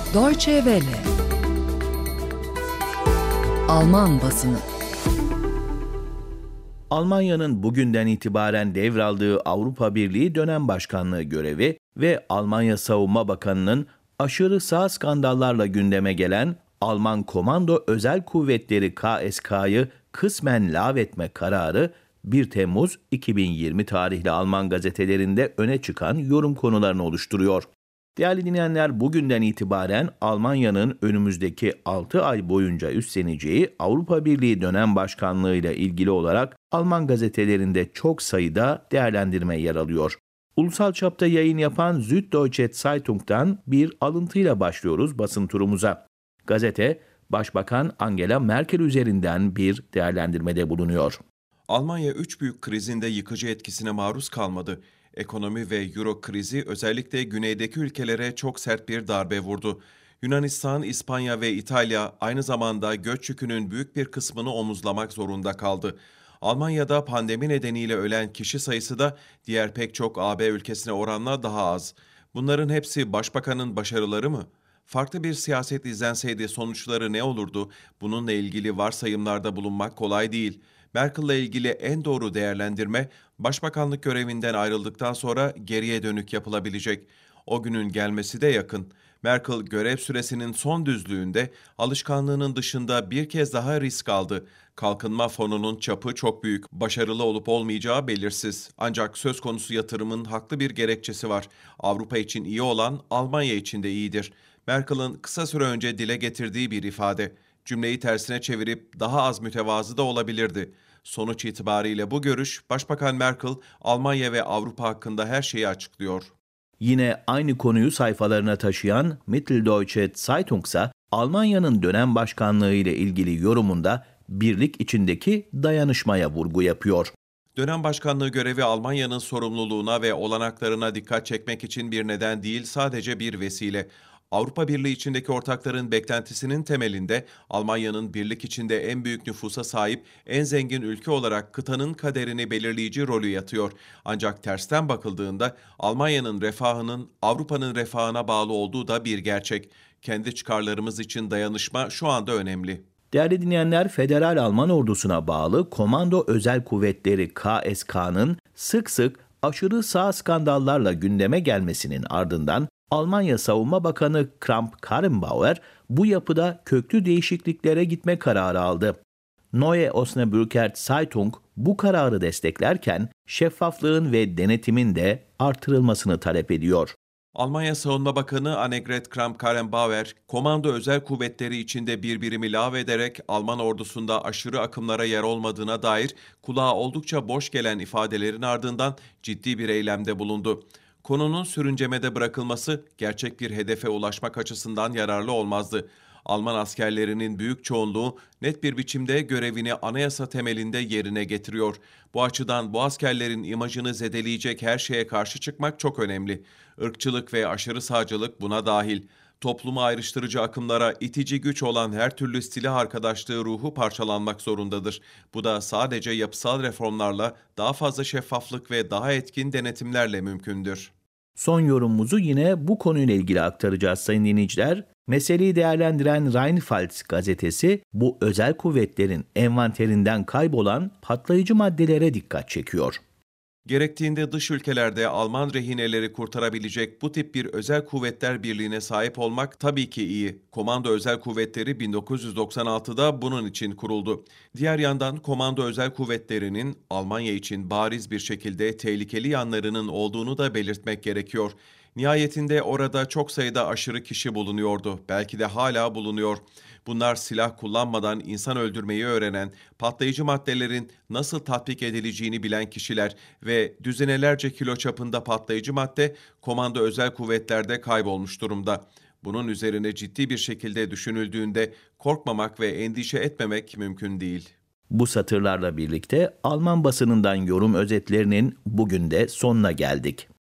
Deutsche Welle. Alman basını. Almanya'nın bugünden itibaren devraldığı Avrupa Birliği dönem başkanlığı görevi ve Almanya Savunma Bakanı'nın aşırı sağ skandallarla gündeme gelen Alman Komando Özel Kuvvetleri KSK'yı kısmen lağvetme kararı 1 Temmuz 2020 tarihli Alman gazetelerinde öne çıkan yorum konularını oluşturuyor. Değerli dinleyenler, bugünden itibaren Almanya'nın önümüzdeki 6 ay boyunca üstleneceği Avrupa Birliği dönem başkanlığı ile ilgili olarak Alman gazetelerinde çok sayıda değerlendirme yer alıyor. Ulusal çapta yayın yapan Süddeutsche Zeitung'dan bir alıntıyla başlıyoruz basın turumuza. Gazete, Başbakan Angela Merkel üzerinden bir değerlendirmede bulunuyor. Almanya 3 büyük krizinde yıkıcı etkisine maruz kalmadı. Ekonomi ve Euro krizi özellikle güneydeki ülkelere çok sert bir darbe vurdu. Yunanistan, İspanya ve İtalya aynı zamanda göç yükünün büyük bir kısmını omuzlamak zorunda kaldı. Almanya'da pandemi nedeniyle ölen kişi sayısı da diğer pek çok AB ülkesine oranla daha az. Bunların hepsi başbakanın başarıları mı? Farklı bir siyaset izlenseydi sonuçları ne olurdu? Bununla ilgili varsayımlarda bulunmak kolay değil. Merkel'la ilgili en doğru değerlendirme, başbakanlık görevinden ayrıldıktan sonra geriye dönük yapılabilecek. O günün gelmesi de yakın. Merkel görev süresinin son düzlüğünde alışkanlığının dışında bir kez daha risk aldı. Kalkınma fonunun çapı çok büyük, başarılı olup olmayacağı belirsiz. Ancak söz konusu yatırımın haklı bir gerekçesi var. Avrupa için iyi olan Almanya için de iyidir. Merkel'in kısa süre önce dile getirdiği bir ifade. Cümleyi tersine çevirip daha az mütevazı da olabilirdi. Sonuç itibariyle bu görüş, Başbakan Merkel, Almanya ve Avrupa hakkında her şeyi açıklıyor. Yine aynı konuyu sayfalarına taşıyan Mitteldeutsche Zeitung ise Almanya'nın dönem başkanlığı ile ilgili yorumunda birlik içindeki dayanışmaya vurgu yapıyor. Dönem başkanlığı görevi Almanya'nın sorumluluğuna ve olanaklarına dikkat çekmek için bir neden değil, sadece bir vesile. Avrupa Birliği içindeki ortakların beklentisinin temelinde Almanya'nın birlik içinde en büyük nüfusa sahip en zengin ülke olarak kıtanın kaderini belirleyici rolü yatıyor. Ancak tersten bakıldığında Almanya'nın refahının Avrupa'nın refahına bağlı olduğu da bir gerçek. Kendi çıkarlarımız için dayanışma şu anda önemli. Değerli dinleyenler, Federal Alman Ordusu'na bağlı Komando Özel Kuvvetleri KSK'nın sık sık aşırı sağ skandallarla gündeme gelmesinin ardından Almanya Savunma Bakanı Kramp-Karrenbauer bu yapıda köklü değişikliklere gitme kararı aldı. Neue Osnabrücker Zeitung bu kararı desteklerken şeffaflığın ve denetimin de artırılmasını talep ediyor. Almanya Savunma Bakanı Annegret Kramp-Karrenbauer, komando özel kuvvetleri içinde bir birimi lağvederek Alman ordusunda aşırı akımlara yer olmadığına dair kulağa oldukça boş gelen ifadelerin ardından ciddi bir eylemde bulundu. Konunun sürüncemede bırakılması gerçek bir hedefe ulaşmak açısından yararlı olmazdı. Alman askerlerinin büyük çoğunluğu net bir biçimde görevini anayasa temelinde yerine getiriyor. Bu açıdan bu askerlerin imajını zedeleyecek her şeye karşı çıkmak çok önemli. Irkçılık ve aşırı sağcılık buna dahil. Toplumu ayrıştırıcı akımlara itici güç olan her türlü silah arkadaşlığı ruhu parçalanmak zorundadır. Bu da sadece yapısal reformlarla, daha fazla şeffaflık ve daha etkin denetimlerle mümkündür. Son yorumumuzu yine bu konuyla ilgili aktaracağız sayın dinleyiciler. Meseleyi değerlendiren Rheinpfalz gazetesi bu özel kuvvetlerin envanterinden kaybolan patlayıcı maddelere dikkat çekiyor. Gerektiğinde dış ülkelerde Alman rehineleri kurtarabilecek bu tip bir özel kuvvetler birliğine sahip olmak tabii ki iyi. Komando Özel Kuvvetleri 1996'da bunun için kuruldu. Diğer yandan Komando Özel Kuvvetleri'nin Almanya için bariz bir şekilde tehlikeli yanlarının olduğunu da belirtmek gerekiyor. Nihayetinde orada çok sayıda aşırı kişi bulunuyordu. Belki de hala bulunuyor. Bunlar silah kullanmadan insan öldürmeyi öğrenen, patlayıcı maddelerin nasıl tatbik edileceğini bilen kişiler ve düzinelerce kilo çapında patlayıcı madde komando özel kuvvetlerde kaybolmuş durumda. Bunun üzerine ciddi bir şekilde düşünüldüğünde korkmamak ve endişe etmemek mümkün değil. Bu satırlarla birlikte Alman basınından yorum özetlerinin bugün de sonuna geldik.